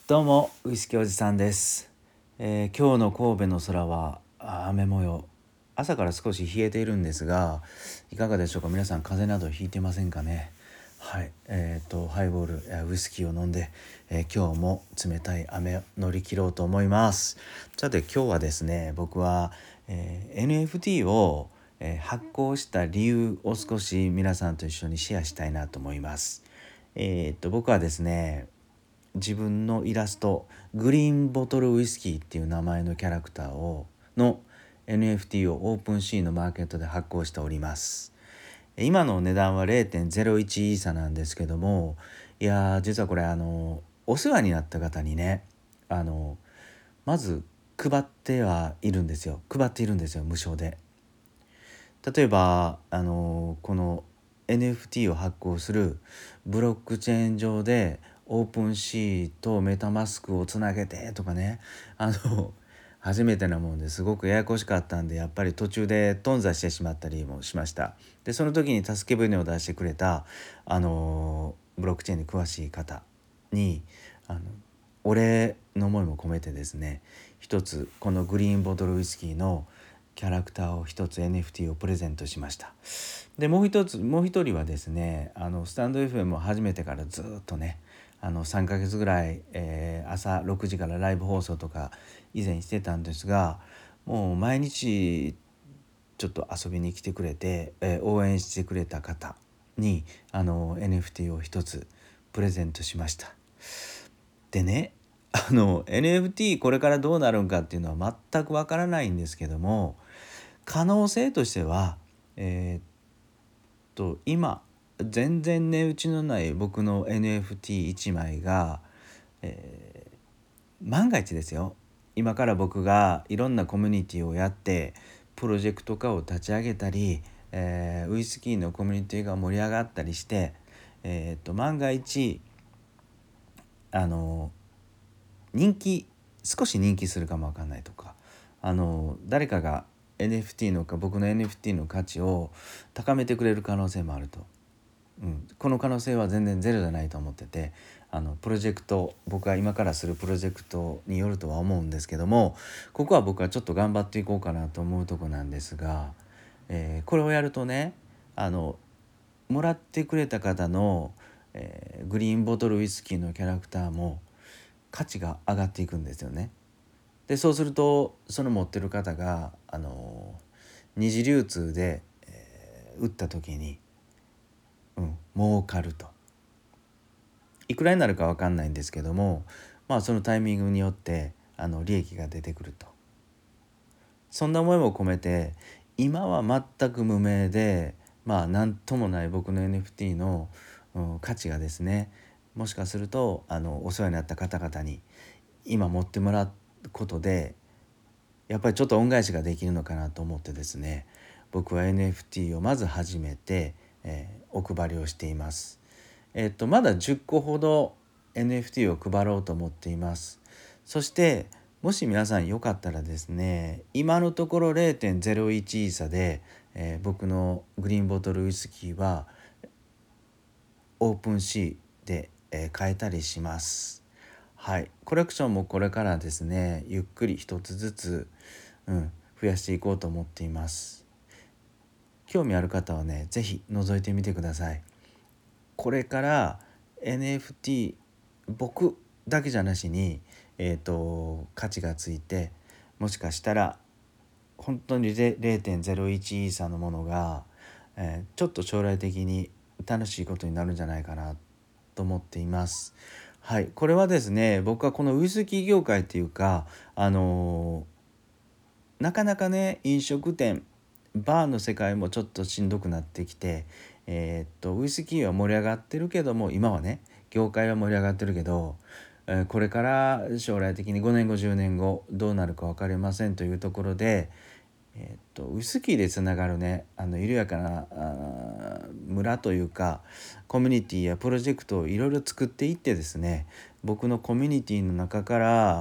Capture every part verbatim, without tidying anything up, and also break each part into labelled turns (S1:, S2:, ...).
S1: どうもウイスキーおじさんです、えー今日の神戸の空はあ雨模様。朝から少し冷えているんですが、いかがでしょうか。皆さん風邪などひいてませんかね。はい、えー、とハイボール、えーウイスキーを飲んで、えー今日も冷たい雨を乗り切ろうと思います。さて今日はですね、僕は、えー エヌエフティー を、えー発行した理由を少し皆さんと一緒にシェアしたいなと思います。えー、と僕はですね、自分のイラストグリーンボトルウイスキーっていう名前のキャラクターをの エヌエフティー をオープンシーのマーケットで発行しております。今の値段は れいてんゼロいち イーサなんですけども、いや実はこれあのお世話になった方にね、あのまず配ってはいるんですよ配っているんですよ無償で。例えばあのこの エヌエフティー を発行するブロックチェーン上でオープンシーとメタマスクをつなげてとかね、あの初めてなもんですごくややこしかったんで、やっぱり途中で頓挫してしまったりもしました。でその時に助け舟を出してくれたあのブロックチェーンに詳しい方にあのお礼の思いも込めてですね、一つこのグリーンボトルウイスキーのキャラクターを一つ エヌエフティー をプレゼントしました。でもう一つもう一人はですね、あのスタンド エフエム を始めてからずっとね、あのさんかげつぐらい、えー朝ろくじからライブ放送とか以前してたんですが、もう毎日ちょっと遊びに来てくれて、えー応援してくれた方にあの エヌエフティー を一つプレゼントしました。でね、あの エヌエフティー これからどうなるんかっていうのは全くわからないんですけども、可能性としては、えーっと今全然値打ちのない僕の エヌエフティーいち 枚が、えー万が一ですよ、今から僕がいろんなコミュニティをやってプロジェクト化を立ち上げたり、えーウイスキーのコミュニティが盛り上がったりして、えーっと万が一あの人気少し人気するかもわかんないとか、あの誰かが エヌエフティー のか僕の エヌエフティー の価値を高めてくれる可能性もあると、うん、この可能性は全然ゼロじゃないと思ってて、あのプロジェクト僕が今からするプロジェクトによるとは思うんですけども、ここは僕はちょっと頑張っていこうかなと思うとこなんですが、えーこれをやるとね、あのもらってくれた方の、えーグリーンボトルウイスキーのキャラクターも価値が上がっていくんですよね。でそうするとその持ってる方があの二次流通で、えー売った時に、うん、儲かると。いくらになるか分かんないんですけども、まあそのタイミングによってあの利益が出てくると。そんな思いも込めて、今は全く無名でまあ何ともない僕の エヌエフティー の、うん、価値がですね、もしかするとあのお世話になった方々に今持ってもらうことでやっぱりちょっと恩返しができるのかなと思ってですね、僕は エヌエフティー をまず始めて、えーお配りをしています。えっとまだじゅっこほど エヌエフティー を配ろうと思っています。そしてもし皆さんよかったらですね、今のところ れいてんゼロいち イーサで、えー僕のグリーンボトルウイスキーはオープンシーで、えー買えたりします。はい、コレクションもこれからですね、ゆっくり一つずつ、うん、増やしていこうと思っています。興味ある方はね、ぜひ覗いてみてください。これから エヌエフティー 僕だけじゃなしに、えーと、価値がついて、もしかしたら本当に れいてんゼロいち イーサのものが、えーちょっと将来的に楽しいことになるんじゃないかなと思っています。はい、これはですね、僕はこのウイスキー業界っていうか、あのーなかなかね、飲食店バーの世界もちょっとしんどくなってきて、えーっとウイスキーは盛り上がってるけども、今はね業界は盛り上がってるけど、えーこれから将来的にごねんごじゅうねんごどうなるか分かりませんというところで、えーっとウイスキーでつながるね、あの緩やかなあー村というかコミュニティやプロジェクトをいろいろ作っていってですね、僕のコミュニティの中から、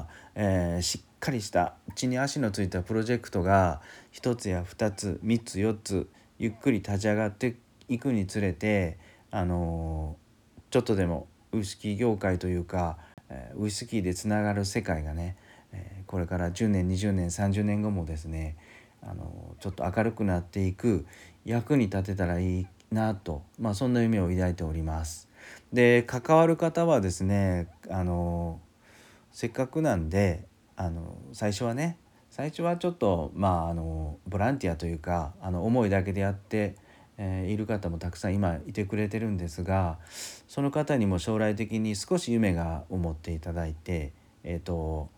S1: えーしっかりした地に足のついたプロジェクトがひとつやふたつみっつよっつゆっくり立ち上がっていくにつれて、あのーちょっとでもウイスキー業界というかえーウイスキーでつながる世界がね、えーこれからじゅうねんにじゅうねんさんじゅうねんごもですね、あのちょっと明るくなっていく役に立てたらいいなと、まあ、そんな夢を抱いております。で、関わる方はですね、あのせっかくなんで、あの最初はね最初はちょっとまああのボランティアというか、あの思いだけでやって、えーいる方もたくさん今いてくれてるんですが、その方にも将来的に少し夢がを持っていただいて、えっと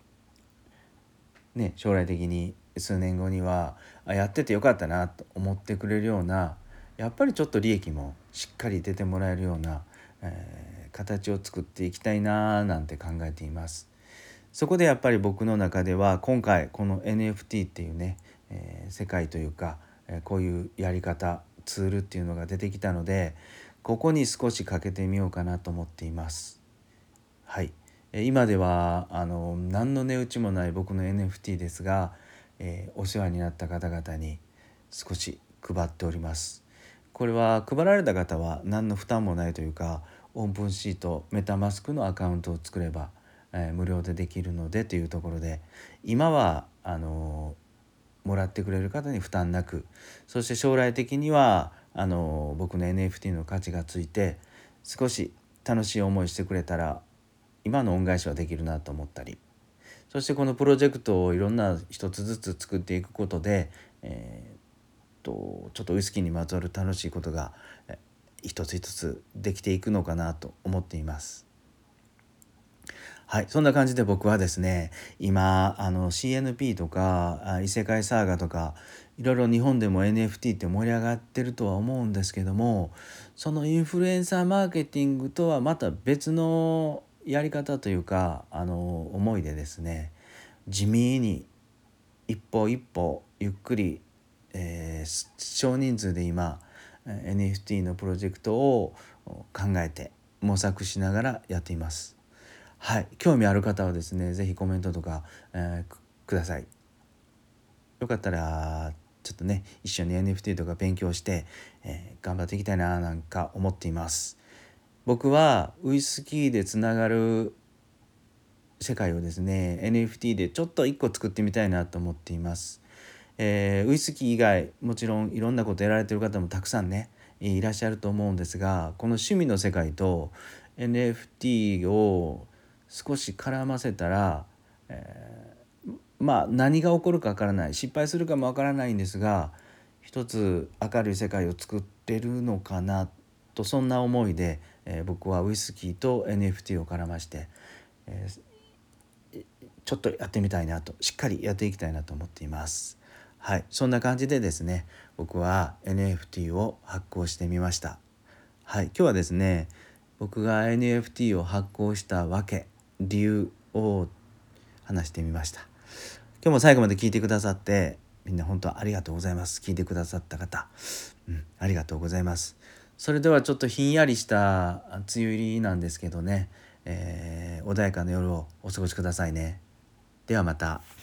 S1: ね、将来的に数年後にはあやっててよかったなと思ってくれるような、やっぱりちょっと利益もしっかり出てもらえるような、えー形を作っていきたいななんて考えています。そこでやっぱり僕の中では今回この エヌエフティー っていうね、えー世界というか、えーこういうやり方ツールっていうのが出てきたので、ここに少しかけてみようかなと思っています。はい、えー今ではあの何の値打ちもない僕の エヌエフティー ですが、えーお世話になった方々に少し配っております。これは配られた方は何の負担もないというか、オープンシートメタマスクのアカウントを作れば、えー無料でできるのでというところで、今はあのもらってくれる方に負担なく、そして将来的にはあの僕の エヌエフティー の価値がついて少し楽しい思いしてくれたら今の恩返しはできるなと思ったり、そしてこのプロジェクトをいろんな一つずつ作っていくことで、えー、とちょっとウイスキーにまつわる楽しいことがえ一つ一つできていくのかなと思っています。はい、そんな感じで僕はですね、今あの シーエヌピー とかあ異世界サーガとかいろいろ日本でも エヌエフティー って盛り上がってるとは思うんですけども、そのインフルエンサーマーケティングとはまた別のやり方というか、あの思いでですね、地味に一歩一歩ゆっくり、えー少人数で今 エヌエフティー のプロジェクトを考えて模索しながらやっています。はい、興味ある方はですね、ぜひコメントとか、えーくください。よかったらちょっとね一緒に エヌエフティー とか勉強して、えー頑張っていきたいななんか思っています。僕はウイスキーでつながる世界をですね エヌエフティー でちょっと一個作ってみたいなと思っています。えーウイスキー以外もちろんいろんなことやられてる方もたくさんねいらっしゃると思うんですが、この趣味の世界と エヌエフティー を少し絡ませたら、えーまあ何が起こるかわからない、失敗するかもわからないんですが、一つ明るい世界を作ってるのかなと、そんな思いで、えー僕はウイスキーと エヌエフティー を絡まして、えーちょっとやってみたいなと、しっかりやっていきたいなと思っています。はい、そんな感じでですね、僕は エヌエフティー を発行してみました。はい、今日はですね、僕が エヌエフティー を発行したわけ、理由を話してみました。今日も最後まで聞いてくださってみんな本当ありがとうございます。聞いてくださった方、うん、ありがとうございます。それではちょっとひんやりした梅雨入りなんですけどね、えー穏やかな夜をお過ごしくださいね。ではまた。